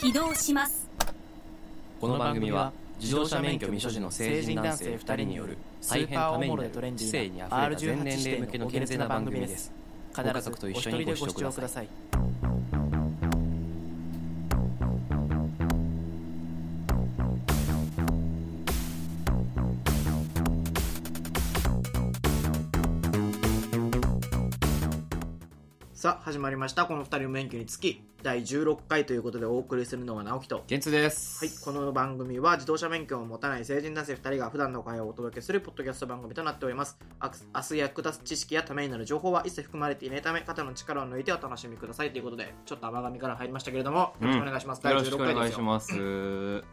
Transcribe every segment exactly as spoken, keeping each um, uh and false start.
起動します。 この番組は自動車免許未所持の成人男性ふたりによる大変ためになる知性にあふれた全年齢向けの健全な番組です。ご家族と一緒にご視聴ください。 さあ始まりました。このふたりの免許につきだいじゅうろっかいということでお送りするのは直樹とケンツです。 はい、この番組は自動車免許を持たない成人男性ふたりが普段の会話をお届けするポッドキャスト番組となっております。明日役立つ知識やためになる情報は一切含まれていないため、肩の力を抜いてお楽しみくださいということで、ちょっと甘噛みから入りましたけれども、よろしくお願いします。 うん、 だいじゅうろっかいですよ。 よろしくお願いします。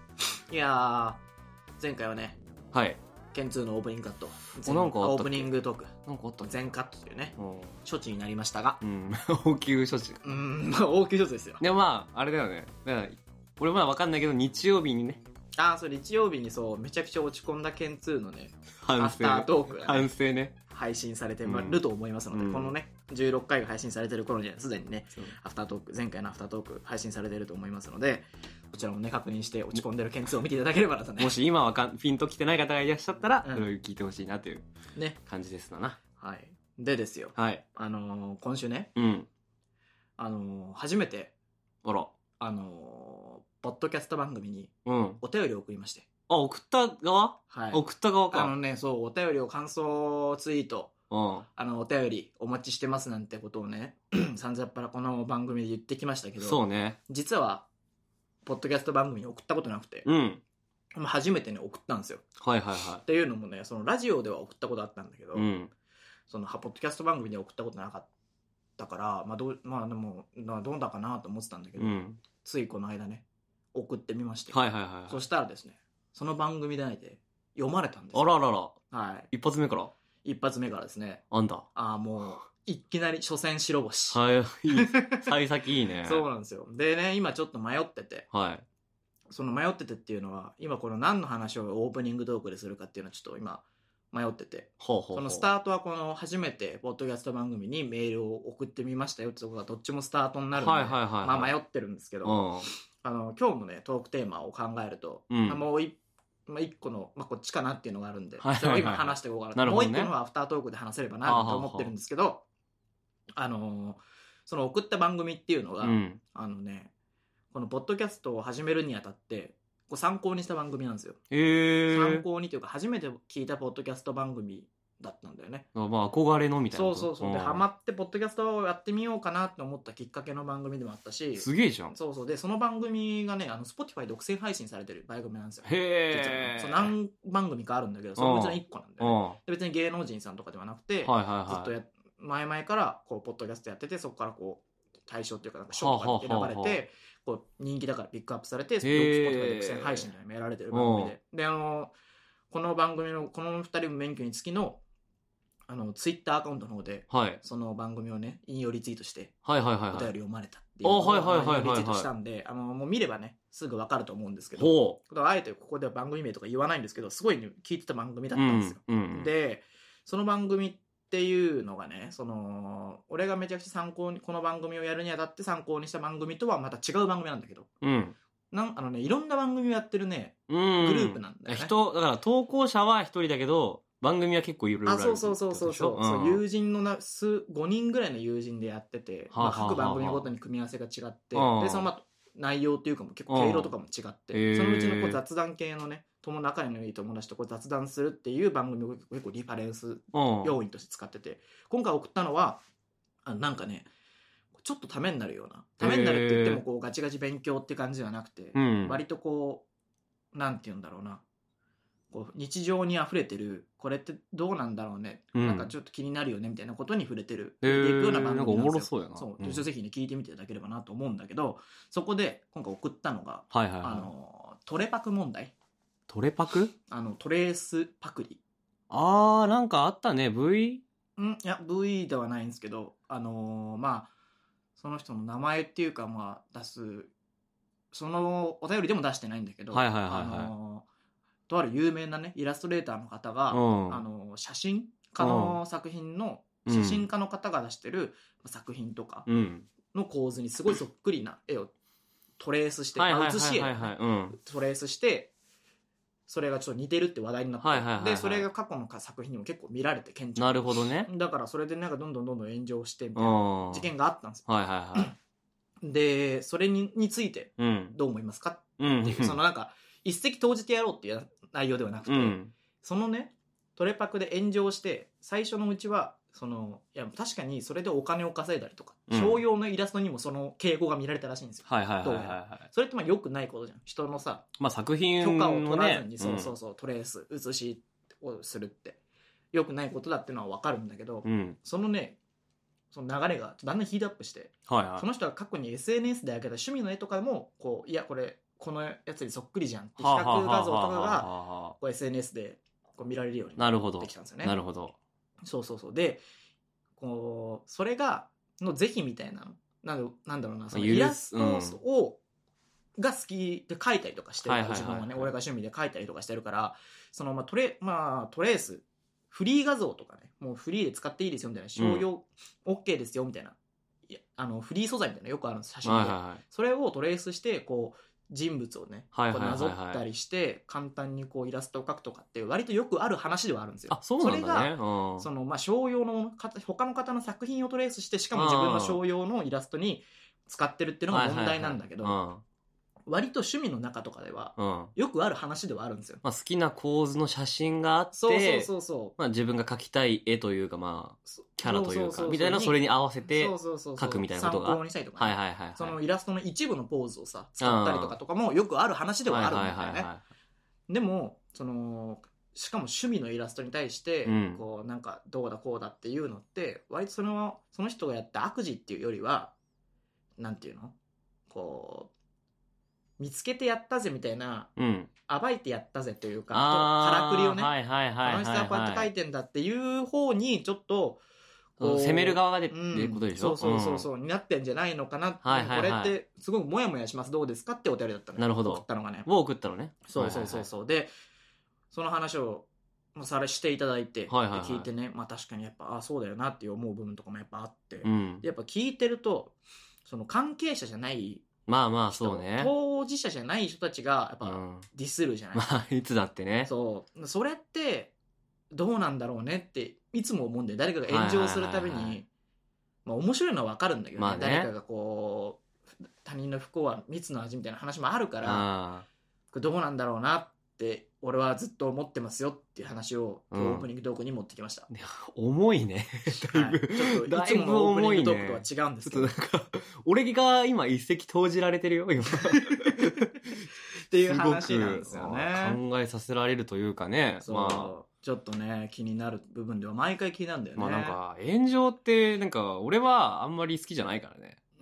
いやー、前回はね、 はいケンツーのオープニングカット、 なんかあったっけ、 オープニングトーク、 なんかあったっけ、 全カットというね、処置になりましたが、 うん、応急処置。 うん、応急処置ですよ。 でもまああれだよね、だから俺まだ分かんないけど日曜日にね、 ああ、そう、日曜日にそうめちゃくちゃ落ち込んだケンツーのね、 反省アフタートークが、ね、 反省ね、配信されてると思いますので、うん、このねじゅうろっかいが配信されてる頃にはすでにね、アフタートーク、前回のアフタートーク配信されてると思いますので、こちらもね確認して落ち込んでるケンツーを見ていただければなとね。 もし今はかピンときてない方がいらっしゃったら、うん、それを聞いてほしいなというね感じですな。 はい。でですよ。はい。あのー、今週ね、うん、あのー、初めて、 あら、 あのー、ポッドキャスト番組にお便りを送りまして。 あ、送った側？はい。送った側か。 あのね、そう、お便りを感想ツイート、うん、あの、お便りお待ちしてますなんてことをね、さんざっぱらこの番組で言ってきましたけど、 そうね。 実は、ポッドキャスト番組に送ったことなくて、うん。初めてね、送ったんですよ。 はいはいはい。 っていうのもね、そのラジオでは送ったことあったんだけど、うん、その、ポッドキャスト番組では送ったことなかったから、まあどう、まあでも、どうだかなと思ってたんだけど、うん、ついこの間ね、送ってみまして、 はいはいはい、はい。 そしたらですね、その番組内で読まれたんですよ。 あららら。 はい。 一発目から一発目からですね。 あんだ。 ああ、もう、いきなり初戦白星。 はい、いい。幸先いいね。 そうなんですよ。でね、今ちょっと迷ってて。 はい。 その迷っててっていうのは、今この何の話をオープニングトークでするかっていうのはちょっと今迷ってて。ほうほうほう。そのスタートはこの初めてポッドキャスト番組にメールを送ってみましたよってところがどっちもスタートになるので、はいはいはいはい、まあ迷ってるんですけど、うん、あの、今日もね、トークテーマを考えると、うん、もう一まあ、一個の、まあ、こっちかなっていうのがあるんで、はいはいはい、それを今話していこうかなと。なるほどね、もう一個のアフタートークで話せればなと思ってるんですけど、あのー、その送った番組っていうのが、うん、あのね、このポッドキャストを始めるにあたって、こう参考にした番組なんですよ。へー。参考にというか、初めて聞いたポッドキャスト番組だったんだよね。 あ、まあ、憧れのみたいな。 そうそうそう。で、ハマって、ポッドキャストをやってみようかなって思ったきっかけの番組でもあったし。 すげえじゃん。 そうそう。で、その番組がね、あの、Spotify 独占配信されてる番組なんですよ。 へー。 実はね、そう何番組かあるんだけど、そのうちのいっこなんだよね。で、別に芸能人さんとかではなくて、はいはいはい、ずっとや、前々から、こう、ポッドキャストやってて、そこからこう、対象っていうか、なんか賞とか選ばれて、はあはあはあ、こう、人気だからピックアップされて、Spotify 独占配信でやられてる番組で。で、あの、この番組の、この二人免許につきの、あの、ツイッターアカウントの方で、はい、その番組をね、引用リツイートして、はいはいはい、はい、お便り読まれたっていうのを、はいはいはいはい、リツイートしたんで、あの、もう見ればね、すぐわかると思うんですけど、あえてここでは番組名とか言わないんですけど、すごい、ね、聞いてた番組だったんですよ。うんうん、で、その番組っていうのがね、その、俺がめちゃくちゃ参考に、この番組をやるにあたって参考にした番組とはまた違う番組なんだけど、うん。なんあのね、いろんな番組をやってるね、グループなんだよね。 人、だから投稿者は一人だけど、番組は結構いろいろある。 あ、そうそうそうそうそう、うん、そう友人のな数ごにんぐらいの友人でやってて、はあはあはあ、まあ、各番組ごとに組み合わせが違って、はあ、でそのまあ内容っていうかも結構毛色とかも違って、そのうちのこう雑談系のね、友仲のいい友達とこう雑談するっていう番組を結構リファレンス要因として使ってて、今回送ったのはあなんかね、ちょっとためになるような、ためになるって言ってもこうガチガチ勉強って感じではなくて、うん、割とこうなんて言うんだろうな。こう日常に溢れてるこれってどうなんだろうね、うん、なんかちょっと気になるよねみたいなことに触れてる、えー、いくような番組なんですよ。なんかおもろそうやな。そう、うん、ぜひね聞いてみていただければなと思うんだけど、そこで今回送ったのが、はいはいはい、あのトレパク問題。 トレパク？ あのトレースパクリ。 あーなんかあったね。 V？ んいや V ではないんですけど、あのー、まあその人の名前っていうかまあ出すそのお便りでも出してないんだけど、はいはいはいはい、あのーとある有名なねイラストレーターの方が、うん、あの写真家の作品の、うん、写真家の方が出してる作品とかの構図にすごいそっくりな絵をトレースして、 はいはいはいはい、 写し絵、ねうん、トレースしてそれがちょっと似てるって話題になって、はいはいはいはい、でそれが過去の作品にも結構見られて顕著になるほどね。 だからそれでなんかどんどんどんどん炎上してみたいな事件があったんですよ、 はいはいはい、 でそれにについてどう思いますか、うん、っていう、そのなんか一石投じてやろうっていう内容ではなくて、うん、そのねトレパクで炎上して最初のうちはそのいや確かにそれでお金を稼いだりとか、うん、商用のイラストにもその傾向が見られたらしいんですよ。 はいはいはいはい、はい、 それってまあ良くないことじゃん。人のさ、 まあ、作品の、ね、許可を取らずに、 うん、 そうそうそうトレース写しをするって良くないことだっていうのは分かるんだけど、 うん、 そのねその流れがだんだんヒートアップして、はいはい、その人が過去に エスエヌエス で上げた趣味の絵とかでもこういやこれこのやつにそっくりじゃんって比較画像とかがこう エスエヌエス でこう見られるようになってきたんですよね。 なるほど。 そうそうそうでこうそれがの是非みたいななんなんだろうなそのイラストを、うん、が好きで描いたりとかしてるから、自分はね俺が趣味で描いたりとかしてるからそのまあトレまあトレースフリー画像とかねもうフリーで使っていいですよみたいな商用 OK ですよみたいな、いやあのフリー素材みたいなのよくあるんです写真で、はいはいはい、それをトレースしてこう人物をね、はいはいはいはい、こうなぞったりして簡単にこうイラストを描くとかって割とよくある話ではあるんですよ。 あ、そうなんだね。 それが、うん、そのまあ商用の他の方の作品をトレースしてしかも自分の商用のイラストに使ってるっていうのが問題なんだけど、はいはいはい、割と趣味の中とかでは、うん、よくある話ではあるんですよ。 まあ、好きな構図の写真があって、そうそうそうそう、まあ、自分が描きたい絵というかまあキャラというかみたいなそれに合わせて描くみたいなことが参考にしたりとか、ね、 はいはいはいはい、 そのイラストの一部のポーズをさ使ったりとかとかもよくある話ではあるんだよね、はいはいはいはい、でもそのしかも趣味のイラストに対して、うん、こうなんかどうだこうだっていうのって割とそのその人がやった悪事っていうよりはなんていうのこう見つけてやったぜみたいな、うん、暴いてやったぜというかからくりをね、はいはいはいはいはい、この人はこうやって書いてんだっていう方にちょっと攻める側でっていうことでしょ、 うん、そうそうそうそう、うん、になってんじゃないのかなって、はいはいはい、これってすごくモヤモヤしますどうですかってお便りだったのよ。 なるほど。 送ったのがね。 を送ったのね。 そうそうそうそう、はいはいはい、でその話をされしていただいて、はいはいはい、聞いてね、まあ確かにやっぱあそうだよなって思う部分とかもやっぱあって、うん、やっぱ聞いてるとその関係者じゃないまあまあそうね当事者じゃない人たちがやっぱディスるじゃない、うん、 まあいつだってね。 そうそれってどうなんだろうねっていつも思うんで、誰かが炎上するたびに、はいはいはいはい、まあ面白いのは分かるんだけどね、まあね、誰かがこう他人の不幸は蜜の味みたいな話もあるからこれどうなんだろうなって俺はずっと思ってますよっていう話を今日オープニングトークに持ってきました、 うん、重いねだいぶ、はい、ちょっといつものオープニングトークとは違うんですけど、ね、ちょっとなんか俺が今一石投じられてるよ今っていう話なんですよね。 考えさせられるというかね、 まあちょっとね気になる部分では毎回気になるんだよね。 まあなんか炎上ってなんか俺はあんまり好きじゃないからね。 うん。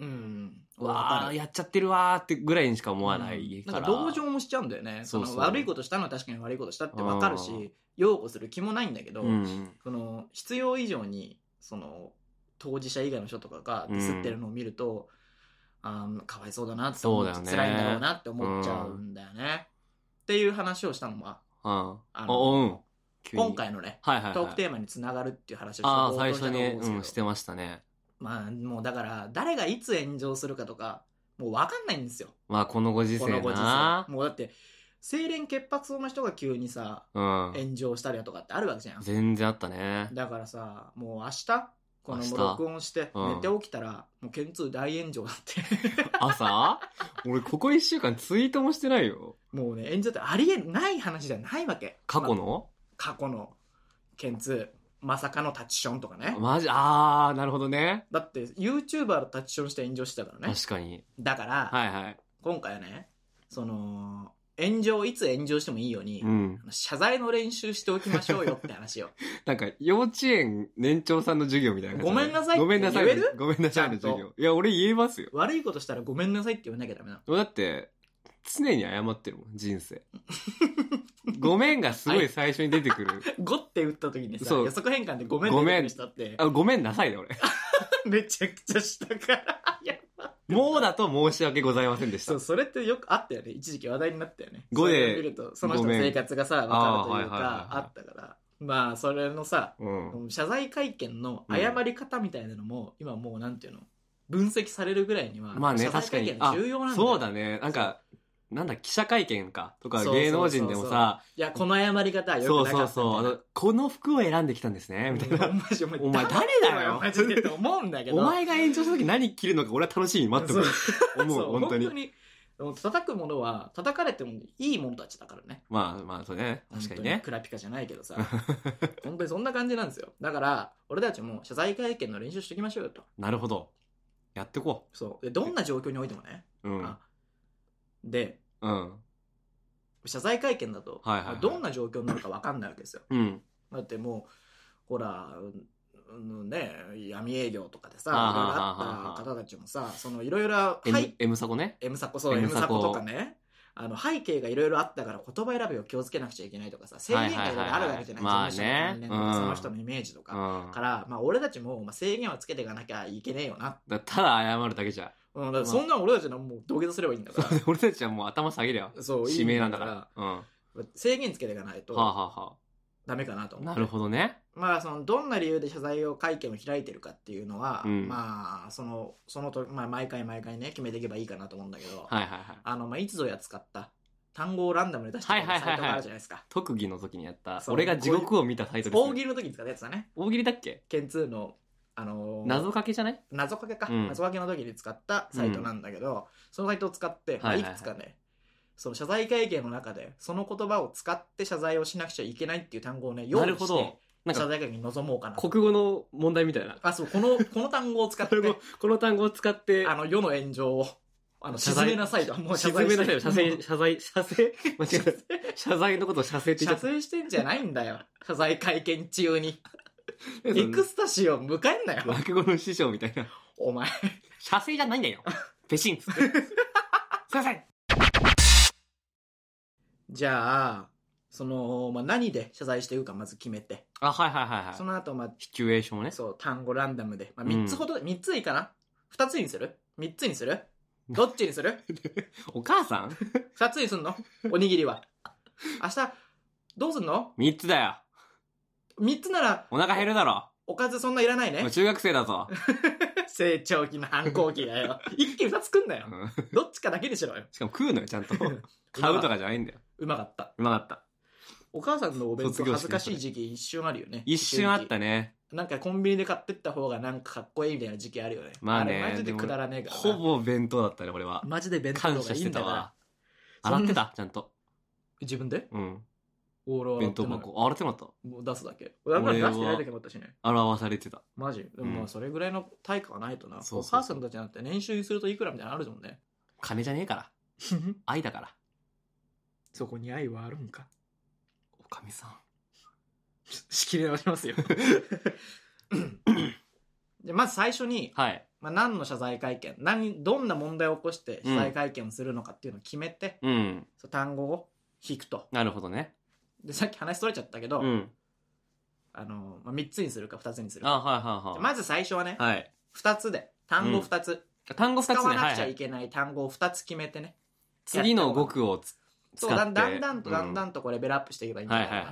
わあやっちゃってるわーってぐらいにしか思わないから。 うん、なんか同情もしちゃうんだよね。そうそう、その悪いことしたのは確かに悪いことしたってわかるし擁護する気もないんだけど、うん、その必要以上にその当事者以外の人とかがディスってるのを見ると、うん、あかわいそうだなって思っちゃう、ね、辛いんだろうなって思っちゃうんだよね。うん、っていう話をしたのは、うん、あの、うん、今回のね、はいはいはい、トークテーマにつながるっていう話をしてあ最初に、うん、してましたね。 まあもうだから誰がいつ炎上するかとかもう分かんないんですよ。 まあこのご時世な。このご時世もうだって清廉潔白そうな人が急にさ、うん、炎上したりだとかってあるわけじゃん。 全然あったね。 だからさもう明日この録音して寝て起きたら、うん、もうケンツー大炎上だって朝俺ここいっしゅうかんツイートもしてないよ。 もうね炎上ってありえない話じゃないわけ。 過去の、 ま、過去のケンツーまさかのタッチションとかね。 マジあーなるほどね。 だって YouTuber のタッチションして炎上してたからね。 確かに。 だから、 はいはい、 今回はねその炎上いつ炎上してもいいように、うん、謝罪の練習しておきましょうよって話よ。 なんか幼稚園年長さんの授業みたいな。 ごめんなさいって言える？ ごめんなさいの授業。いや俺言えますよ。 悪いことしたらごめんなさいって言わなきゃダメなの。だって常に謝ってるもん人生。ごめんがすごい最初に出てくる。 ごって打った時にさ予測変換でごめんって出てきたってあごめんなさいね俺。 めちゃくちゃしたからやばもうだと申し訳ございませんでした。 そうそれってよくあったよね。一時期話題になったよね。ごで見るとその人の生活がさ分かるというかあったから、まあそれのさ、うん、謝罪会見の謝り方みたいなのも、うん、今もうなんていうの分析されるぐらいには、 まあね、 謝罪会見重要なんだよ。 そうだね。なんか、なんだ、記者会見かとか芸能人でもさ、 いや、この謝り方はよくなかった。 そうそうそう。あの、この服を選んできたんですね、みたいな。 マジお前、 お前誰だよ。 マジでと思うんだけど。 お前が炎上した時何着るのか俺は楽しみに待ってる。思う、本当に。 本当に。叩くものは、叩かれてもいいもんたちだからね。 まあまあ、そうね。確かにね。 クラピカじゃないけどさ。本当にそんな感じなんですよ。だから、俺たちも謝罪会見の練習しておきましょうよと。 なるほど。やってこう。そう。で、どんな状況においてもね。 うん。 で、 うん。 謝罪会見だと、 はいはいはい、 どんな状況になるか分かんないわけですよ。 うん。 だってもう、ほら、ね、闇営業とかでさ、いろいろあった方たちもさ、そのいろいろ、 エムサコね。 エムサコ、そう、エムサコとかね。あの背景がいろいろあったから言葉選びを気をつけなくちゃいけないとかさ、制限がいろいろあるわけじゃない。 まあね。 その人のイメージとか。から、まあ俺たちも制限をつけていかなきゃいけねえよな。 だただ謝るだけじゃ。 うん、だそんな俺たちのもう土下座すればいいんだから。 俺たちはもう頭下げりゃ。そう、指名なんだから。 うん。制限つけていかないと。はあはあはあ。ダメかなと思って。 なるほどね。 まあそのどんな理由で謝罪を会見を開いてるかっていうのは、うん、まあそのそのとまあ毎回毎回ね決めていけばいいかなと思うんだけど、 はいはいはい。 あのまあいつぞや使った単語をランダムで出してくるサイトがあるじゃないですか。はいはいはいはい、 特技の時にやった俺が地獄を見たサイトです、 ね。大喜利の時に使ったやつだね。 大喜利だっけ？ ケンツーのあのー、 謎かけじゃない？ 謎かけか、うん、謎かけの時に使ったサイトなんだけど、うん、そのサイトを使って、まあ、いくつかね。はいはいはい、その謝罪会見の中でその言葉を使って謝罪をしなくちゃいけないっていう単語をね用意して謝罪会見に臨もうかな。 国語の問題みたいな。 あ、そう、このこの単語を使ってこの単語を使ってあの世の炎上をあの沈めなさいと。もう謝罪沈めなさいよ。謝罪謝罪謝罪間違えた。謝罪のことを謝罪って言っちゃった。 謝罪してんじゃないんだよ。謝罪会見中にエクスタシーを迎えんなよ。 落語の師匠みたいな。 お前謝罪じゃないんだよ。ペシンっつって。すいません。 じゃあ、その、まあ、何で謝罪していくかまず決めて。 あ、はいはいはいはい。 その後、まあ、 シチュエーションね。 そう、単語ランダムで。まあ、みっつほど、うん、みっついいかな ?ふた つにする ?みっ つにするどっちにするお母さん ? ふた つにすんのおにぎりは。明日、どうすんの ? みっ つだよ。 みっつなら、 お腹減るだろ。 おかずそんないらないね。 中学生だぞ。 成長期の反抗期だよ。一気にふたつ作んなよ。どっちかだけにしろよ。 しかも食うのよ、ちゃんと。買うとかじゃないんだよ。 うまかった。 うまかった。 お母さんのお弁当恥ずかしい時期一瞬あるよね。 一瞬あったね。 なんかコンビニで買ってった方がなんかかっこいいみたいな時期あるよね。 まあね。 あれマジでくだらねえから。 ほぼ弁当だったね、俺は。 マジで弁当がいいんだわ。 洗ってたちゃんと。 自分でうん。 俺弁当箱。洗ってなかったもう出すだけ。俺は出してないだけだったしね。 洗わされてた。 マジでもまあそれぐらいの対価がないとな。お母さんたちなんて年収するといくらみたいなのあるじゃんね。 金じゃねえから。愛だから。 そこに愛はあるんか。 おかみさん。 仕切り直しますよ。でまず最初に、 はいまあ、何の謝罪会見何どんな問題を起こして謝罪会見をするのかっていうのを決めて、 うん、 その単語を引くと。 なるほどね。 でさっき話取れちゃったけど、 うん、 あのまあ、みっつにするかふたつにするか。 あ、はいはいはい、 まず最初はね、 はい、 ふたつで単語ふたつ、 うん、単語ふたつ、ね、 使わなくちゃいけない単語をふたつ決めてね、 次の語句をつそうだんだんだんとだんだんとこうレベルアップしていけばいいんだから、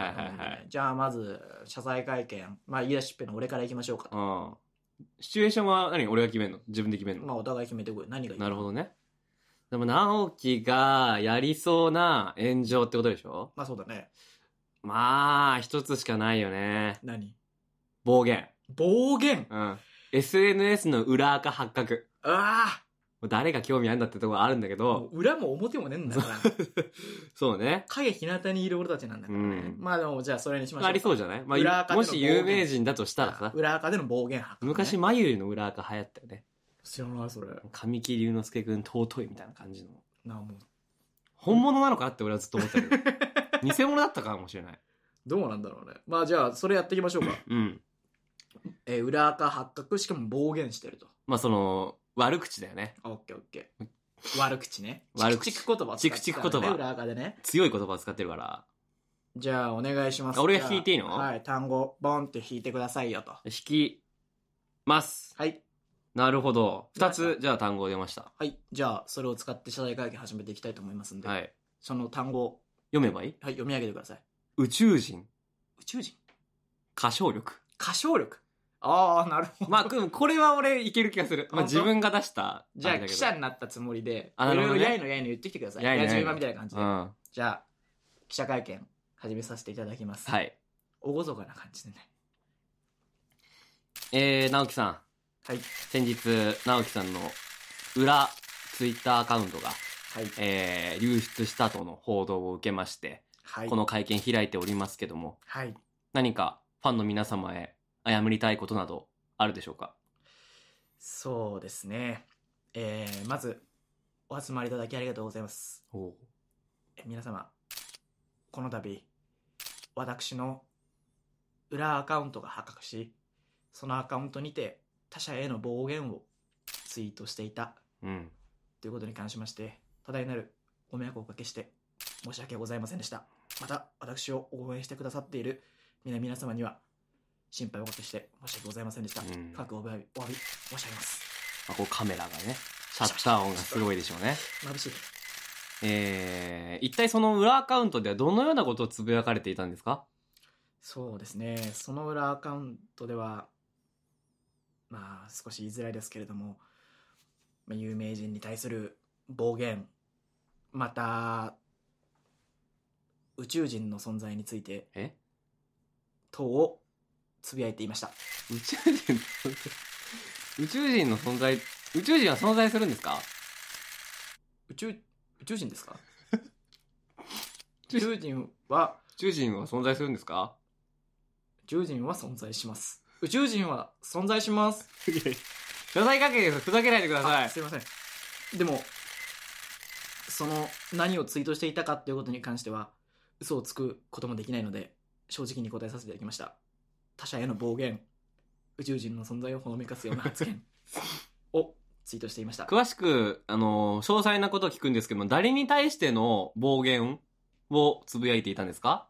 じゃあまず謝罪会見、まあ言い出しっぺの俺からいきましょうかと。 うん、シチュエーションは何俺が決めるの自分で決めるの？ まあお互い決めてこい。何がいい？ なるほどね。でも直樹がやりそうな炎上ってことでしょ？ まあそうだね。 まあ一つしかないよね。 何？ 暴言。 暴言？ うん。エスエヌエス の裏垢発覚。 ああ誰が興味あるんだってところあるんだけど、 も裏も表もねえんだからそうね、 影日向にいる俺たちなんだからね、うん、まあでもじゃあそれにしましょう。 ありそうじゃない、まあ、もし有名人だとしたらさ、 裏垢での暴言発覚、ね、 昔眉毛の裏垢流行ったよね。 知らないそれ。 神木隆之介くん尊いみたいな感じの。 なあもう本物なのかって俺はずっと思ってたけど偽物だったかもしれない。 どうなんだろうね。まあじゃあそれやっていきましょうか。 うんえー、裏垢発覚、しかも暴言してると。 まあその悪口だよね。 オッケーオッケー。悪口ね。 悪口。 チクチク言葉を使って、ね、 チクチク言葉。 裏垢でね。 強い言葉を使ってるから。 じゃあお願いします。 俺が引いていいの？ はい、単語ボンって引いてくださいよと。 引きます。 はい。 なるほど。二つじゃあ単語出ました。 はい。じゃあそれを使って謝罪会見始めていきたいと思いますんで。 はい。 その単語を読めばいい？ はい、読み上げてください。 宇宙人。 宇宙人。 歌唱力。 歌唱力。 ああ、なるほど。 まあ、これは俺いける気がする。まあ、自分が出した。 じゃあ、記者になったつもりで、 いろいろやいのやいの言ってきてください。やいのやいのみたいな感じで。 うん、 じゃあ、記者会見始めさせていただきます。 はい。 厳かな感じでね。 えー、直樹さん。 はい。 先日、直樹さんの裏ツイッターアカウントが、 はい、 えー、流出したとの報道を受けまして、はい、この会見開いておりますけども、 はい、 何かファンの皆様へ謝りたいことなどあるでしょうか？ そうですね。えー、まず、お集まりいただきありがとうございます。おえ皆様、この度、私の裏アカウントが発覚し、そのアカウントにて他者への暴言をツイートしていた、うん、ということに関しまして、多大なるご迷惑をおかけして申し訳ございませんでした。また、私を応援してくださっている皆皆様には、心配をおかけして申し訳ございませんでした。うん、深くお詫び、お詫び申し上げます。 まあ、こうカメラがね、シャッター音がすごいでしょうね。 眩しい。 えー、一体その裏アカウントではどのようなことをつぶやかれていたんですか？ そうですね。その裏アカウントでは、まあ少し言いづらいですけれども、有名人に対する暴言、また宇宙人の存在について等をつぶやいていました。 宇宙人の存在宇宙人の存在宇宙人は存在するんですか？ 宇宙宇宙人ですか？宇宙人は宇宙人は存在するんですか？ 宇宙人は存在します。宇宙人は存在します。 謝罪かけです。ふざけないでください。 すいません。でもその何をツイートしていたかっていうことに関しては嘘をつくこともできないので正直に答えさせていただきました。他者への暴言、宇宙人の存在をほのめかすような発言をツイートしていました。 詳しくあの詳細なことを聞くんですけども、誰に対しての暴言をつぶやいていたんですか？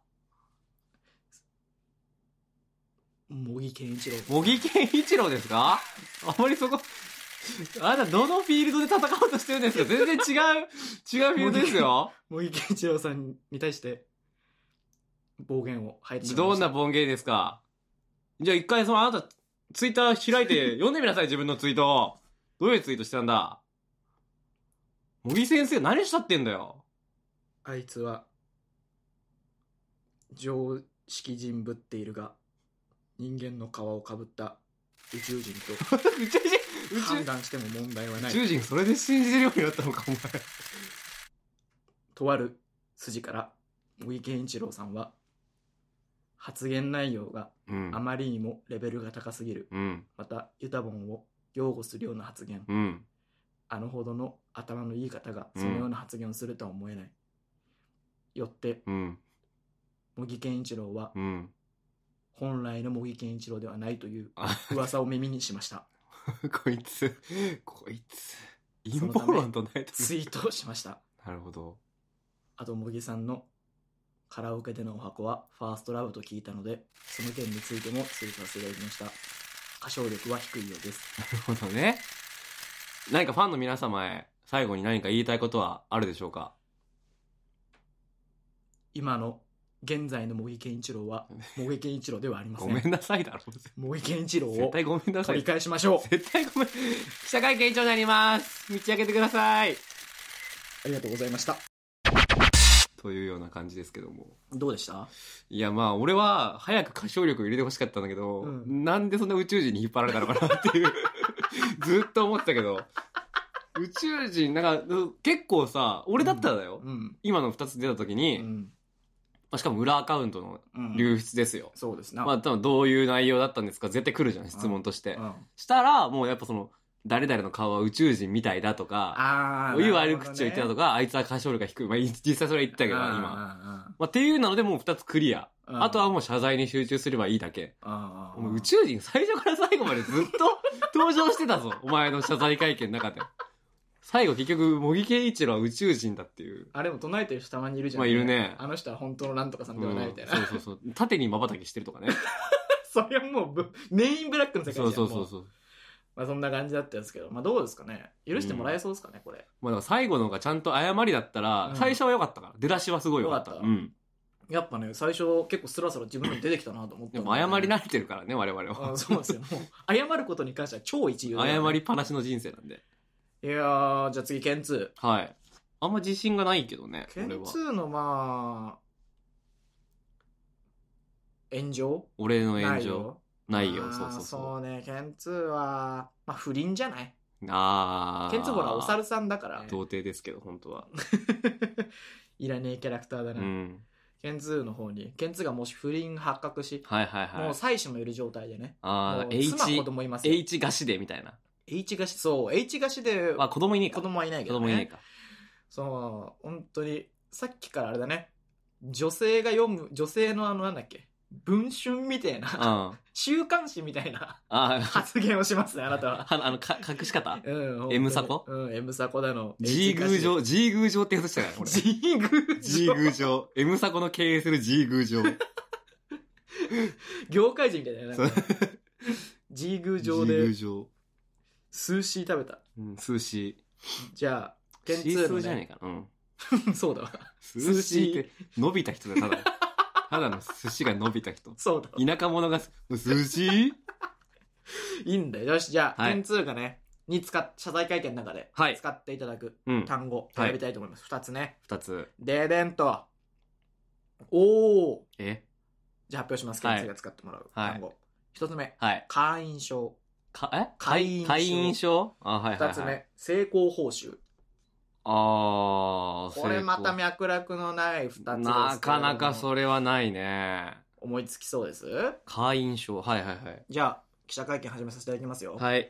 茂木健一郎。 茂木健一郎ですか？あまりそこあなたどのフィールドで戦おうとしてるんですか？全然違う違うフィールドですよ。 茂木健一郎さんに対して暴言を吐いてしまいました。 どんな暴言ですか？じゃあ一回そのあなたツイッター開いて読んでみなさい。自分のツイートを。どういうツイートしてたんだ？茂木先生何したってんだよ。 あいつは常識人ぶっているが人間の皮をかぶった宇宙人と宇宙人判断しても問題はない。 宇宙人それで信じるようになったのかお前。 とある筋から茂木健一郎さんは発言内容があまりにもレベルが高すぎる、うん、またユタボンを擁護するような発言、うん、あのほどの頭のいい方がそのような発言をするとは思えない、うん、よって茂木健一郎は、うん、本来の茂木健一郎ではないという噂を耳にしました。 こいつこいつ陰謀論とないとツイートをしました。 なるほど。 あと茂木さんのカラオケでのお箱はファーストラブと聞いたのでその件についてもツイートさせていただきました。歌唱力は低いようです。 なるほどね。何かファンの皆様へ最後に何か言いたいことはあるでしょうか？ 今の現在の茂木健一郎は茂木健一郎ではありません。 ごめんなさいだろ。 茂木健一郎を絶対ごめんなさい。 取り返しましょう。 絶対ごめん。記者会見以上になります。道開けてください。 ありがとうございました。 というような感じですけども。 どうでした？ いやまあ俺は早く歌唱力を入れてほしかったんだけど、うん、なんでそんな宇宙人に引っ張られたのかなっていうずっと思ってたけど宇宙人なんか結構さ俺だったらだよ、うんうん、今のふたつ出た時に、うんまあ、しかも裏アカウントの流出ですよ、 うん、そうですね。 まあ多分どういう内容だったんですか絶対来るじゃん質問として、うんうん、したらもうやっぱその誰々の顔は宇宙人みたいだとか、あいう悪口を言ってたとか、あいつは歌唱力が低い。まあ、実際それは言ってたけど、今。まあ、っていうのでもう二つクリア。あとはもう謝罪に集中すればいいだけ。もう宇宙人最初から最後までずっと登場してたぞ。お前の謝罪会見の中で。最後結局、茂木健一郎は宇宙人だっていう。 あれも唱えてる人たまにいるじゃん。 まあ、いるね。 あの人は本当のなんとかさんではないみたいな。 うん、そうそうそう。縦に瞬きしてるとかね。 それはもう、メインブラックの世界じゃん。 そうそうそうそう。 まあそんな感じだったんですけど、まあどうですかね。許してもらえそうですかね、うん、これ。 まあだから最後のがちゃんと謝りだったら、うん、最初は良かったから。出だしはすごい良かった。うん。 やっぱね最初結構スラスラ自分に出てきたなと思ったんで、ね、 でも謝り慣れてるからね我々は。 あそうですよ。もう謝ることに関しては超一流だ、ね、 謝りっぱなしの人生なんで。 いやーじゃあ次ケンツー。 はい。あんま自信がないけどね。 ケンツーのまあ炎上俺の炎上ないよ。 ないよ。 そうそうそう。 そうねケンツーはまあ不倫じゃない。 ああ。 ケンツーほらお猿さんだから、ね、 童貞ですけど本当は。 いらねえキャラクターだな、うん、ケンツーの方にケンツーがもし不倫発覚し、 はいはいはい、 もう妻子もいる状態でね、 ああ H 妻子供いますよ H 貸しでみたいな H 貸しそう H 貸しで、 あ子供いねえか子供はいないけど、ね、 子供いねえか。 そう本当にさっきからあれだね、女性が読む女性のあのなんだっけ文春みたいな、うん、週刊誌みたいな発言をしますねあなたは。 あのか隠し方、 うん、 M サコ、 うん、M サコだの、 ジーグー上、ジーグー上ってやつしたからこれ。 ジーグー上、 ジーグー上、M サコの経営するジーグー上。 業界人みたいなね。ジーグー上で、 ジーグー上、 スーシー食べた。 うん、スーシー。じゃあ、ケンツーの、ね。 シースーじゃねえかな。 うん。そうだわ。 スーシーって伸びた人だ、ただ。ただの寿司が伸びた人。 そうだ。田舎者が、寿司いいんだよ。よし、じゃあ、はい、ケンツーがね、に使っ、謝罪会見の中で使っていただく単語、選びたいと思います。二、はい、つね。 二つ。 ででんと。おー。 えじゃあ発表します。ケンツーが使ってもらう単語。一、はい、つ目。 はい。 会員証。 か、え会員証。会員証あ、はいはい、はい。 二つ目。成功報酬。 あー、 これまた脈絡のない二つですけど、 なかなかそれはないね。 思いつきそうです。 会員証。はいはいはい。 じゃあ、記者会見始めさせていただきますよ。 はい。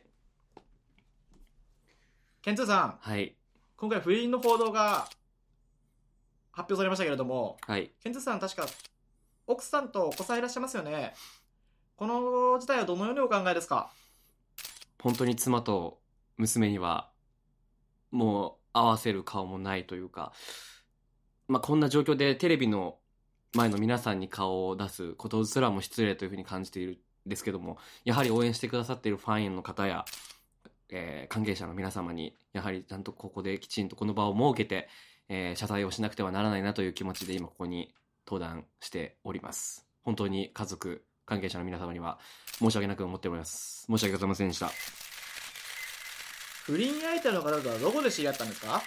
ケンツーさん。 はい。 今回不倫の報道が発表されましたけれども、 はい。 ケンツーさん確か奥さんとお子さんいらっしゃいますよね。この事態はどのようにお考えですか？ 本当に妻と娘にはもう合わせる顔もないというか、まあ、こんな状況でテレビの前の皆さんに顔を出すことすらも失礼というふうに感じているんですけども、やはり応援してくださっているファンの方や、えー、関係者の皆様にやはりちゃんとここできちんとこの場を設けて、えー、謝罪をしなくてはならないなという気持ちで今ここに登壇しております。本当に家族関係者の皆様には申し訳なく思っております。申し訳ございませんでした。 不倫相手の方とはどこで知り合ったんですか？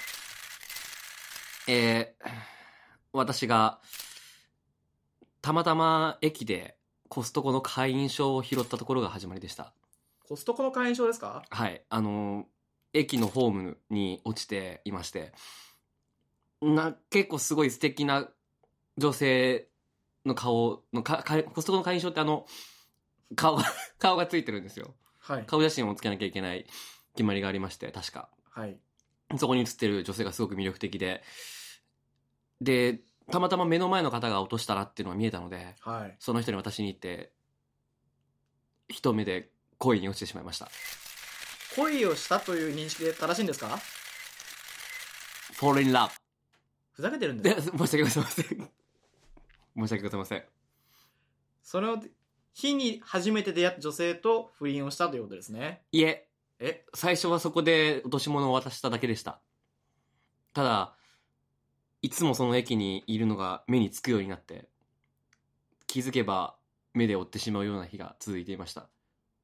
えー、私がたまたま駅でコストコの会員証を拾ったところが始まりでした。 コストコの会員証ですか？ はい。あの駅のホームに落ちていまして、な結構すごい素敵な女性の顔のかかコストコの会員証ってあの顔が顔がついてるんですよ。 はい。 顔写真をつけなきゃいけない決まりがありまして、確か。 はい。 そこに写ってる女性がすごく魅力的で、でたまたま目の前の方が落としたらっていうのが見えたので、 はい、 その人に私に言って一目で恋に落ちてしまいました。 恋をしたという認識で正しいんですか？ Fall in love。 ふざけてるんですか？ 申し訳ございません。申し訳ございません。 その日に初めて出会った女性と不倫をしたということですね。 いえ、 え最初はそこで落とし物を渡しただけでした。ただいつもその駅にいるのが目につくようになって、気づけば目で追ってしまうような日が続いていました。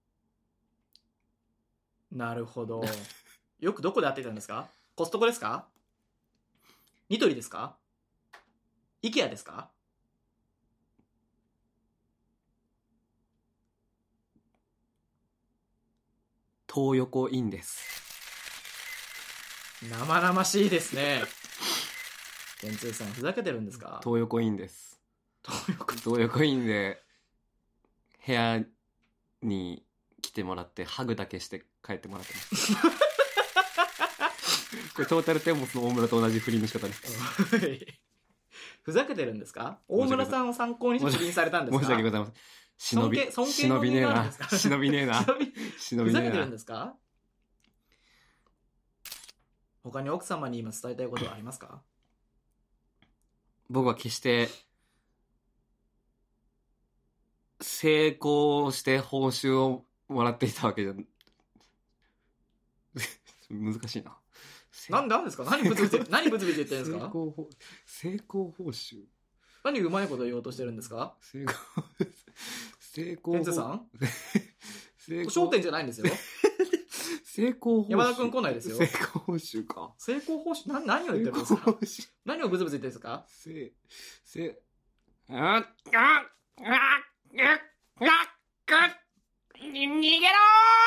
なるほど。よくどこで会っていたんですか？コストコですか？ニトリですか？イケアですか？ 東横インです。 生々しいですね。ケンツーさんふざけてるんですか？ 東横インです。 東横東横インで部屋に来てもらってハグだけして帰ってもらってますこれトータルテンボスの大村と同じ不倫の仕方ですふざけてるんですか？大村さんを参考にして不倫されたんですか？ 申し訳ございません。忍び尊敬忍びねえな忍びねえな忍びねえなふざけてるんですか？他に奥様に今伝えたいことはありますか？ 僕は決して成功して報酬をもらっていたわけじゃ難しいな。 なんでなんですか？何ブツブツ何ブツブツ言ってるんですか？ 成功報成功報酬何うまいこと言おうとしてるんですか？ 成功成功ケンツさん成功焦点じゃないんですよ。 成功報酬。 山田くん来ないですよ。 成功報酬か。 成功報酬、な、何を言ってるんですか？何をブツブツ言ってるんですか？ せ、せ、あ、あ、あ、あ、あ、あ、逃げろ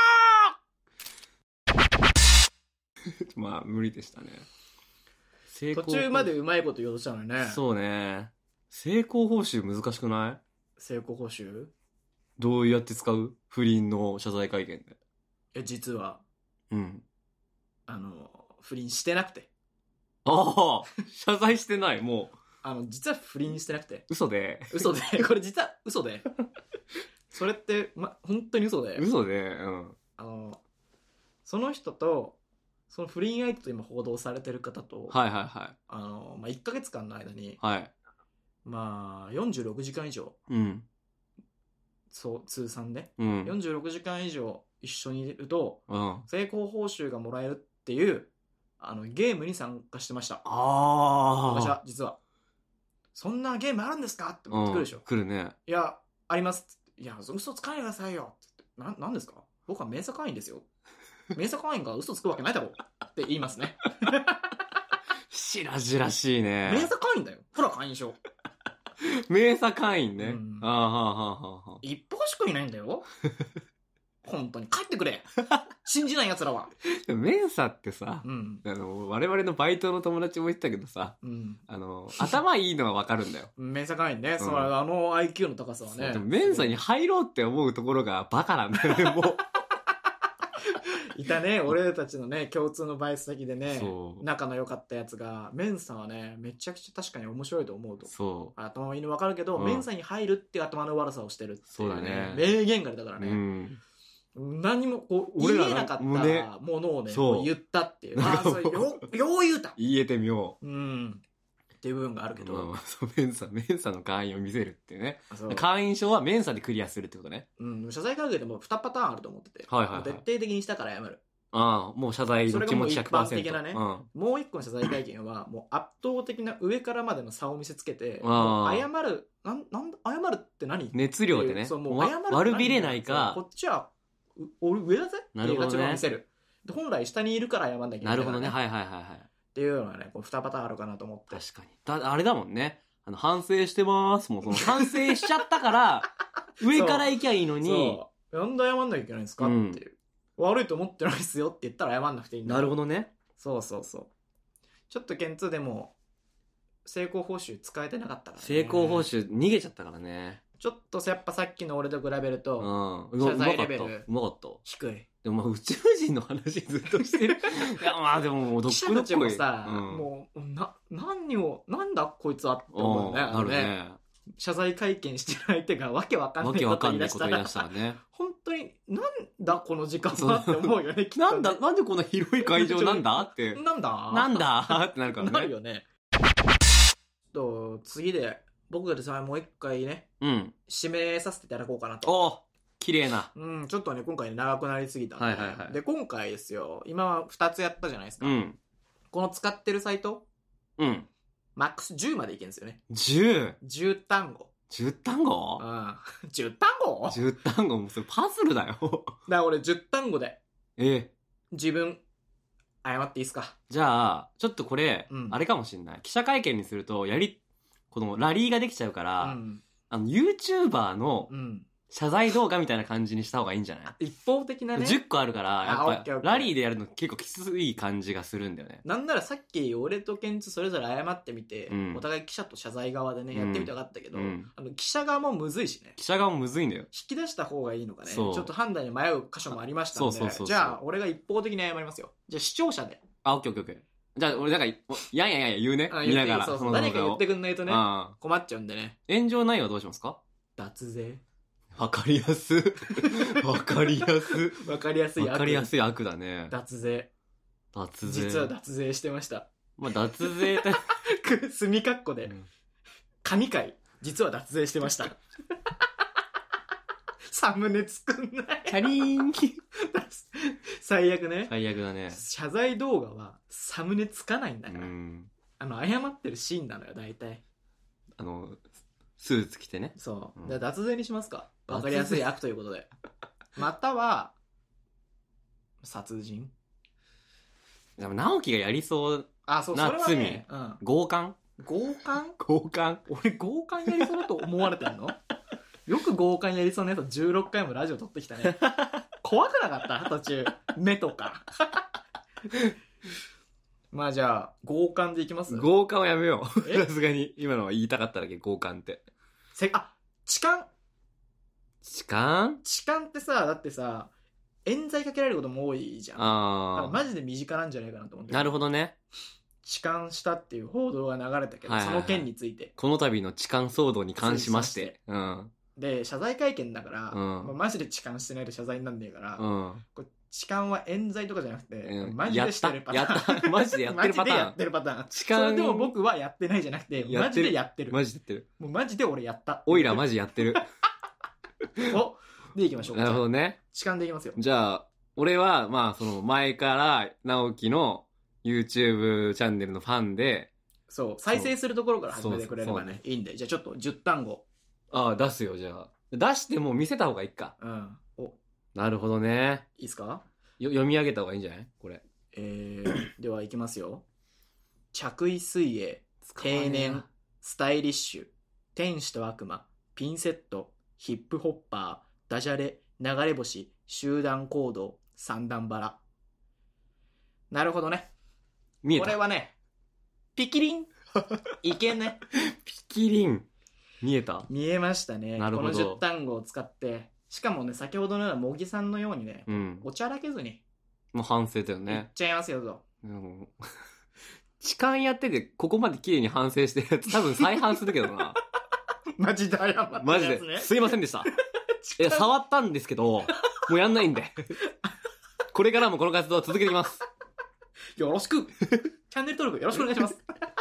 ーまあ、無理でしたね。 途中までうまいこと言おうとしたのにね。 そうね。成功報酬難しくない？ 成功報酬どうやって使う？不倫の謝罪会見で。 え、実は。 うん。 あの、不倫してなくて。 ああ謝罪してない、もう。 あの、実は不倫してなくて。 嘘で。 嘘で。これ実は嘘で。それって、ま、本当に嘘で。 嘘で、うん。 あの、その人と、その不倫相手と今報道されてる方と、 はいはいはい。 あの、まあ、いっかげつかんの間に、 はい。 まあ、よんじゅうろくじかん以上、 うん。 そう、通算で、 うん、 よんじゅうろくじかん以上一緒にいると、 うん、 成功報酬がもらえるっていう、あの、ゲームに参加してました。 ああ。 私は、実は。そんなゲームあるんですかって言ってくるでしょ。 うん、来るね。 いや、ありますって。いや、嘘つかないでくださいよ。ってな、なんですか？僕はメンサ会員ですよ。メンサ会員が嘘つくわけないだろって言いますね。 しらじらしいね。 メンサ会員だよ。ほら会員証。 メンサ会員ね。うん、ああ、はあ、はあ、はあ。 一歩しかいないんだよ。本当に帰ってくれ。信じない奴らは。 メンサってさ、 うん、 あの我々のバイトの友達も言ってたけどさ、うん、あの頭いいのはわかるんだよ。 メンサ会員ね、うん、そのあの アイキュー の高さはね。 でもメンサに入ろうって思うところがバカなんだよね、もう。 いたね、俺たちのね、共通のバイト先でね、仲の良かったやつが、メンサはね、めちゃくちゃ確かに面白いと思うと。そう。頭いいの分かるけど、うん、メンサに入るっていう頭の悪さをしてるっていう、ね。そうだね。名言が出たからね。うん何もこう言えなかったものをね言ったっていう。ああ、それよよう言うた。 言えてみよう。うんっていう部分があるけど、 まあまあ、そうメンサメンサの会員を見せるっていうね。会員証はメンサでクリアするってことね。 うん。謝罪会見でもにパターンあると思ってて、はいはいはい、徹底的にしたから謝る。 ああ、もう謝罪の気持ち ひゃくパーセント。 それがもう一般的なね、うん、もう一個の謝罪会見はもう圧倒的な上からまでの差を見せつけて、もう謝るなんなん謝るって何？ 熱量でね。そうもう謝るって何？悪びれないか。 こっちは俺上だぜっていう立場を見せる。で本来下にいるから謝んなきゃいけない、 ね。なるほどね。はいはいはいはい。 っていうのはね、こうにパターンあるかなと思って。 確かに。だあれだもんね。あの反省してますもん。その反省しちゃったから上から行きゃいいのに。 そう。なんで謝んなきゃいけないんですか、うん、っていう。悪いと思ってないですよって言ったら謝んなくていいんだ。 なるほどね。 そうそうそう。ちょっとケンツーでも成功報酬使えてなかったからね。 成功報酬逃げちゃったからね。 ちょっとやっぱさっきの俺と比べると、 うん、謝罪レベルうまかった。 低い。 でもまあ宇宙人の話ずっとしてる。いやまあでももうどっちもたちもさ、うん、もうな何をなんだこいつはって思うね。なるね。謝罪会見してる相手がわけわかんないこと言い出したら、ね、本当になんだこの時間はって思うよね。きっとねなんだなんでこんな広い会場なんだってなんだなんだってなるからね。 なるよね。と次で僕がですねもう一回ね、うん、指名させていただこうかなと。 お綺麗な。 うん、ちょっとね今回長くなりすぎたんで、はいはいはい、で今回ですよ今はふたつやったじゃないですか、うん、この使ってるサイト、うん、マックスじゅうまでいけるんですよね。 じゅうじゅう単語じゅう単語うん。じゅう単語 ?じゅう 単語もそれパズルだよ。だから俺じゅう単語で。 ええ。 自分、謝っていいですか？ じゃあ、ちょっとこれ、うん、あれかもしんない。記者会見にすると、やり、このラリーができちゃうから、うん、あの、YouTuber の謝罪動画みたいな感じにした方がいいんじゃない？ 一方的なね。 じゅっこあるから、やっぱラリーでやるの結構きつい感じがするんだよね。 なんならさっき俺とケンツそれぞれ謝ってみて、うん、お互い記者と謝罪側でね、やってみて分かったけど、うん、あの記者側もむずいしね。 記者側もむずいんだよ。 引き出した方がいいのかね。ちょっと判断に迷う箇所もありましたので、そうそうそうそう、じゃあ俺が一方的に謝りますよ。じゃあ視聴者で。 あ、オッケーオッケーオッケー。じゃあ俺なんか、やんやんやんや言うね。見ながら。 そうそう、誰か言ってくんないとね、困っちゃうんでね。 炎上内容はどうしますか？ 脱税。 わかりやす。わかりやす。 わかりやすい悪。 わかりやすい悪だね。 脱税。 脱税。 実は脱税してました。 まあ脱税って。 墨括弧で。神回。実は脱税してました。サムネ作んない。 チャリーン。 最悪ね。 最悪だね。 謝罪動画はサムネつかないんだから。うん、あの、謝ってるシーンなのよ、大体。 あのスーツ着てね。 そう、うん、じゃあ脱税にしますか。わかりやすい悪ということでまたは殺人。 でも直樹がやりそうな罪。あ、そう、それはね、うん、 強姦強姦強姦俺強姦やりそうだと思われてんのよく強姦やりそうなやつじゅうろっかいもラジオ撮ってきたね怖くなかった途中目とかまあじゃあ強姦でいきます。 強姦はやめようさすがに今のは言いたかっただけ。強姦ってせあ痴漢痴漢痴漢ってさ、だってさ冤罪かけられることも多いじゃん。ああマジで身近なんじゃないかなと思って。 なるほどね。 痴漢したっていう報道が流れたけど、はいはいはい、その件についてこの度の痴漢騒動に関しまして、うん、 で謝罪会見だから、うんまあ、マジで痴漢してないと謝罪になんねえから、うん、これ痴漢は冤罪とかじゃなくて、うん、マジでしてるパターン。 やったやったマジでやってるパターン。マジでやってるパターン。痴漢それでも僕はやってないじゃなくてマジでやってる。 マジでやってる。 もうマジで俺やった。 おいらマジやってる。 おでいきましょう。 なるほどね。 痴漢でいきますよ。 じゃあ俺はまあその前から直樹のYouTube チャンネルのファンで、 そう再生するところから始めてくれればねいいんで、じゃあちょっとじゅったんご。 ああ出すよ。じゃあ出してもう見せた方がいいか。うんおなるほどね。 いいっすか。 よ読み上げた方がいいんじゃないこれ。 えー、ではいきますよ。着衣水泳定年スタイリッシュ天使と悪魔ピンセットヒップホッパーダジャレ流れ星集団行動三段バラ。なるほどね。見えた。これはねピキリンいけんね。 ピキリン見えた。 見えましたね。なるほど。このじゅったんごを使ってしかもね先ほどのような茂木さんのようにね、うん、おちゃらけずにもう反省だよね。 言っちゃいますよと。 うん、痴漢やっててここまで綺麗に反省してるやつ多分再犯するけどな。 マジで謝ってるやつね。 マジですいませんでした。いや触ったんですけどもうやんないんでこれからもこの活動は続けていきます。 よろしくチャンネル登録よろしくお願いします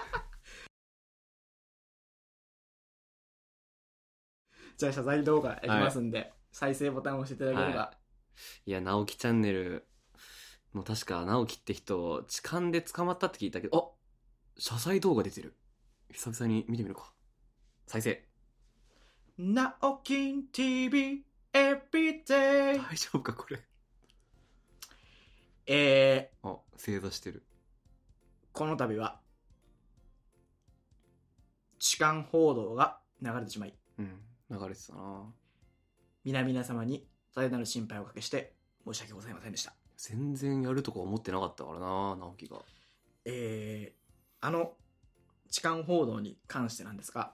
じゃあ謝罪動画やりますんで、はい、再生ボタンを押していただければ、はい、 いや直樹チャンネルもう確か直樹って人痴漢で捕まったって聞いたけど、あ謝罪動画出てる。久々に見てみるか。再生。 直樹 ティーブイ everyday 大丈夫かこれ。 えー、あ正座してる。 この度は痴漢報道が流れてしまい、 うん流れてたな。 皆々様に大変なる心配をおかけして申し訳ございませんでした。 全然やるとか思ってなかったからな直樹が。 えー、あの痴漢報道に関してなんですが、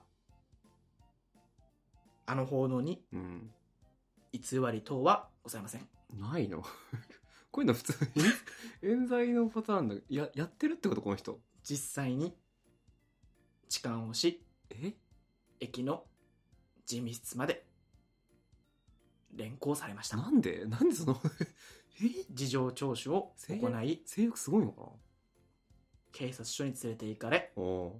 あの報道に偽り等はございません。 ないのこういうの普通に冤罪のパターンだ。ややってるってことこの人。 実際に痴漢をし、 え駅の事務室まで連行されました。 なんでなんでそのえ事情聴取を行い、 性欲すごいのかな。 警察署に連れて行かれお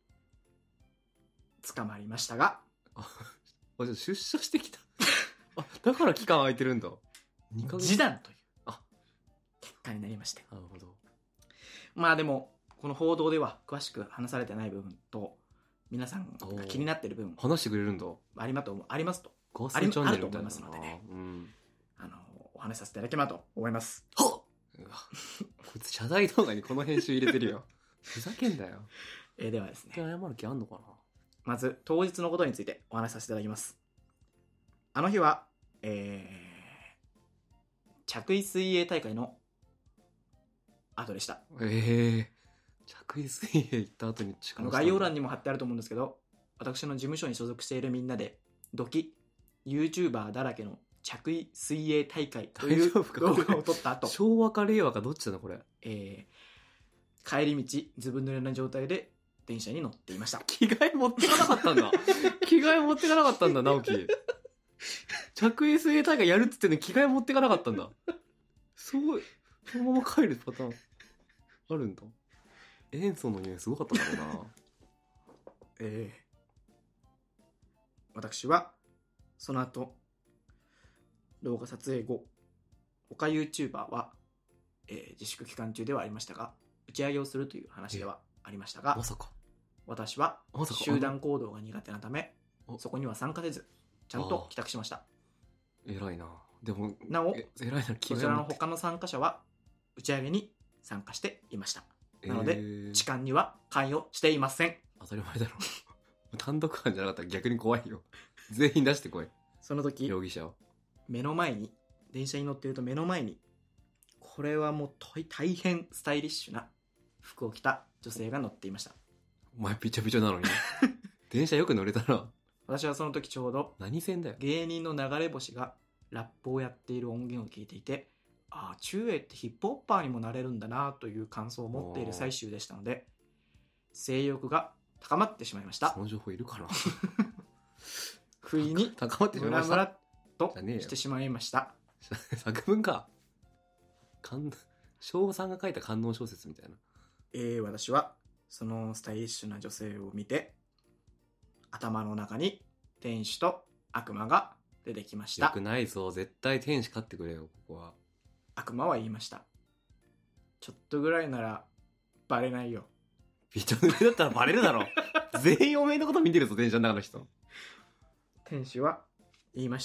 捕まりましたが、 ああじゃあ出所してきたあだから期間空いてるんだ。 にかげつ示談というあ結果になりまして。 なるほど。 まあでもこの報道では詳しく話されてない部分と皆さんが気になってる部分話してくれるんだ。 ありますとありますとガスチャンネルみたいなあると思いますのでね、うん、あのお話しさせていただければと思います。 はっこいつ謝罪動画にこの編集入れてるよふざけんだよ。 えー、ではですね、 謝る気あんのかな。 まず当日のことについてお話しさせていただきます。あの日は、えー、着衣水泳大会の後でした。 ええー、着衣水泳行った後に痴漢したんだ。 概要欄にも貼ってあると思うんですけど、私の事務所に所属しているみんなでドキ YouTuber だらけの着衣水泳大会という動画を撮った後、 昭和か令和かどっちだなこれ、 えー、帰り道ずぶ濡れな状態で電車に乗っていました。 着替え持ってかなかったんだ着替え持ってかなかったんだ直樹。着衣水泳大会やるっつってんのに着替え持ってかなかったんだ。すごい。そのまま帰るパターンあるんだ。塩素の匂いすごかったんだろうなえー、私はその後動画撮影後他 YouTuber は、えー、自粛期間中ではありましたが打ち上げをするという話ではありましたが、 まさか私は集団行動が苦手なためそこには参加せずちゃんと帰宅しました。 偉いな。でもなお偉いな。 そちらの他の参加者は打ち上げに参加していました。なので、えー、痴漢には関与していません。 当たり前だろ単独犯じゃなかったら逆に怖いよ全員出してこい。 その時容疑者を目の前に電車に乗っていると目の前にこれはもう大変スタイリッシュな服を着た女性が乗っていました。 お前ピチョピチョなのに電車よく乗れたな。 私はその時ちょうど何線だよ。 芸人の流れ星がラップをやっている音源を聞いていて、ああ中英ってヒップホッパーにもなれるんだなという感想を持っている最終でしたので性欲が高まってしまいました。 その情報いるかな不意に高まってしまいました。 ムラムラとしてしまいました。 作文か。昭和さんが書いた官能小説みたいな。 えー、私はそのスタイリッシュな女性を見て頭の中に天使と悪魔が出てきました。 よくないぞ。絶対天使飼ってくれよここは。 悪魔は言いました。ちょっとぐらいならバレないよ。 びちょ濡れだったらバレるだろ全員おめえのこと見てるぞ電車の中の人。 天使は言いました。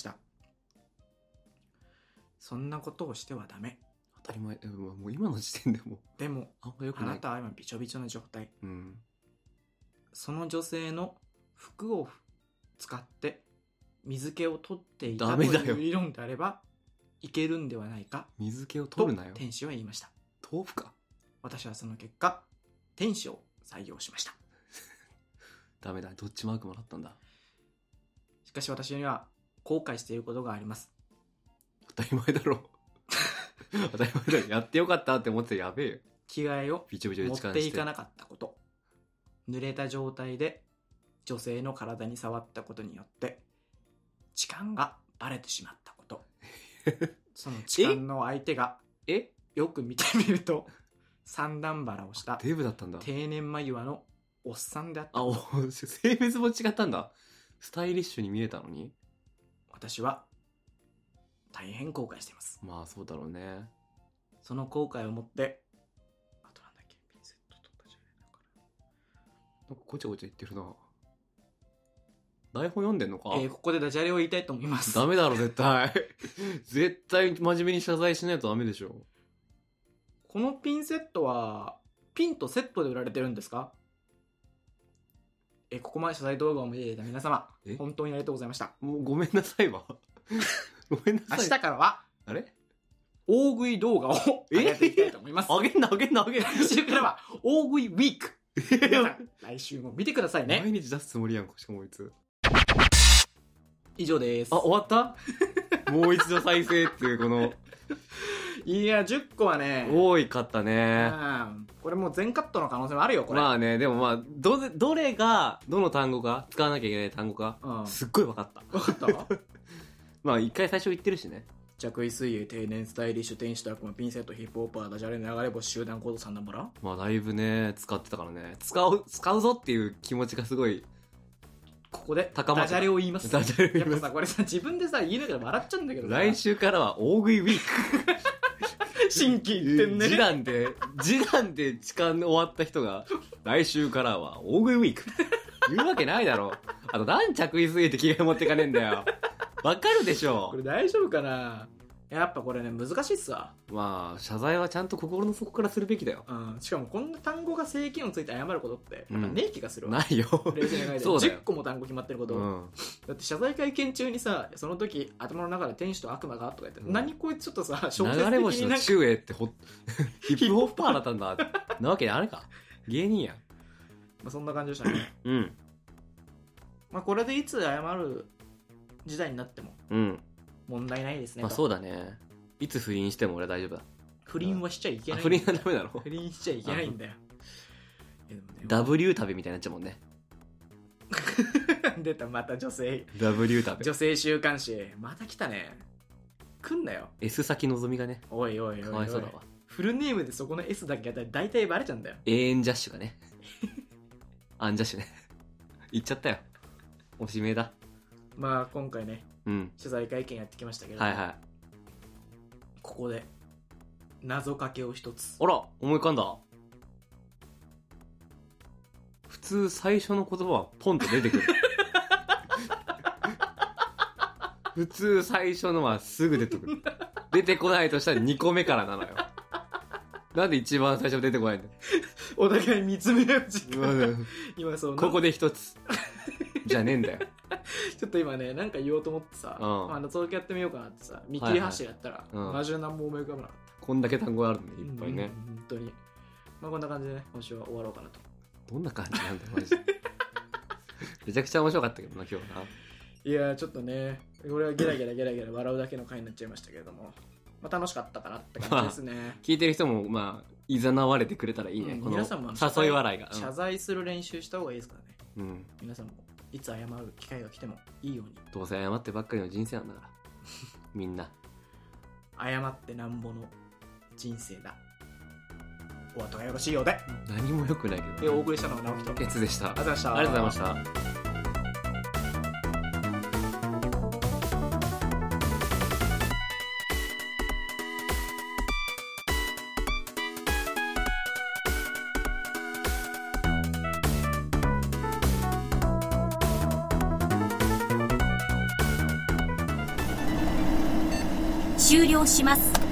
そんなことをしてはダメ。 当たり前。もう今の時点でもでもあんまよくない。 あなたは今びちょびちょな状態、 うん、 その女性の服を使って水気を取っていたという理論であればいけるんではないか。 水気を取るなよと天使は言いました。 豆腐か。 私はその結果天使を採用しましたダメだ。どっちも悪魔だったんだ。 しかし私には後悔していることがあります。 当たり前だろ当たり前だろ。やってよかったって思ってやべえよ。 着替えを持っていかなかったこと、濡れた状態で女性の体に触ったことによって痴漢がバレてしまったことその痴漢の相手がえよく見てみると三段腹をしたデブだったんだ。 定年間際のおっさんであった。 あ、お性別も違ったんだ。スタイリッシュに見えたのに。 私は大変後悔しています。 まあそうだろうね。 その後悔を持ってあとなんだっけピンセット取ったじゃないかなんかごちゃごちゃ言ってるな。台本読んでんのか。 えー、ここでダジャレを言いたいと思います。 ダメだろ絶対絶対真面目に謝罪しないとダメでしょ。 このピンセットはピンとセットで売られてるんですか。えここまで謝罪動画を見ていた皆様本当にありがとうございました。 もうごめんなさいわごめんなさい。 明日からはあれ大食い動画を上げていきたいと思います。 あげんなあげんなあげんな。 来週からは大食いウィーク皆さん来週も見てくださいね。 毎日出すつもりやん。しかもこいつ。 以上です。 あ終わったもう一度再生っていうこのいやじゅっこはね多いかったね。 これもう全カットの可能性もあるよこれ。 まあねでもまあ ど, どれがどの単語か使わなきゃいけない単語か、うん、すっごい分かった。 分かったまあ一回最初言ってるしね。 着衣水泳定年スタイリッシュ天使と悪魔ピンセットヒップホッパーダジャレ流れ星集団行動三段バラ。 まあだいぶね使ってたからね。使う使うぞっていう気持ちがすごいここで高まってダジャレを言います。 ダジャレを言います。 やっぱさこれさ自分でさ言いながら笑っちゃうんだけどさ。 来週からは大食いウィーク新規一点ね。 示談で示談で痴漢終わった人が来週からは大食いウィーク言うわけないだろ。あと何着衣水泳って着替え持ってかねえんだよ。わかるでしょ。 これ大丈夫かな。やっぱこれね難しいっすわ。 まあ謝罪はちゃんと心の底からするべきだよ、 うん、しかもこんな単語が政権をついて謝ることってやっぱねえ気がするわ、 うん、ないよ冷静に考えてじゅっこも単語決まってること、うん、だって謝罪会見中にさその時頭の中で天使と悪魔がとか言って、うん、何こいつちょっとさ小説的に流れ星の中英ってほヒップホッパーだったんだなわけあれか芸人やん、 まあ、そんな感じでしたねうんまあこれでいつ謝る時代になってもうん問題ないですね。 まあそうだね。いつ不倫しても俺は大丈夫だ。 不倫はしちゃいけない。 不倫はダメだろ。 不倫しちゃいけないんだよ。 ダブリュー 旅みたいになっちゃうもんね。 出たまた女性。 ダブリュー 旅。 女性週刊誌また来たね。来んなよ。 S 先のぞみがね。 おいおいおいおい。 かわいそうだわ。 フルネームでそこの S だけやったら大体バレちゃうんだよ。 永遠ジャッシュがね。アンジャッシュね。言っちゃったよ。おしめだ。 まあ今回ね。 うん、 取材会見やってきましたけど、 はいはい、 ここで謎かけを一つ。 あら思い浮かんだ。普通最初の言葉はポンと出てくる普通最初のはすぐ出てくる。出てこないとしたらにこめからなのよ。なんで一番最初出てこないんだよ。 お互い見つめ合う時間今そうここで一つじゃねえんだよ。 ちょっと今ねなんか言おうと思ってさ、うん、あの続きやってみようかなってさ見切り発車やったら、はいはい、マジで何も思い浮かばなかった。 こんだけ単語あるんでいっぱいね、 うん、本当に。まあこんな感じでね今週は終わろうかなと。 どんな感じなんだよマジでめちゃくちゃ面白かったけどな今日な。 いやちょっとねこれはゲラゲラゲラゲラ笑うだけの回になっちゃいましたけれども、まあ、楽しかったかなって感じですね、まあ、 聞いてる人もまあいざなわれてくれたらいいね、うん、この皆さんも誘い笑いが、 うん、謝罪する練習した方がいいですからね、 うん、 皆さんもいつ謝る機会が来てもいいように。 どうせ謝ってばっかりの人生なんだからみんな謝ってなんぼの人生だ。お後がよろしいようで。 何も良くないけど、 ね、お送りしたのは直樹とケツでした。 ありがとうございました。 ありがとうございました。 終了します。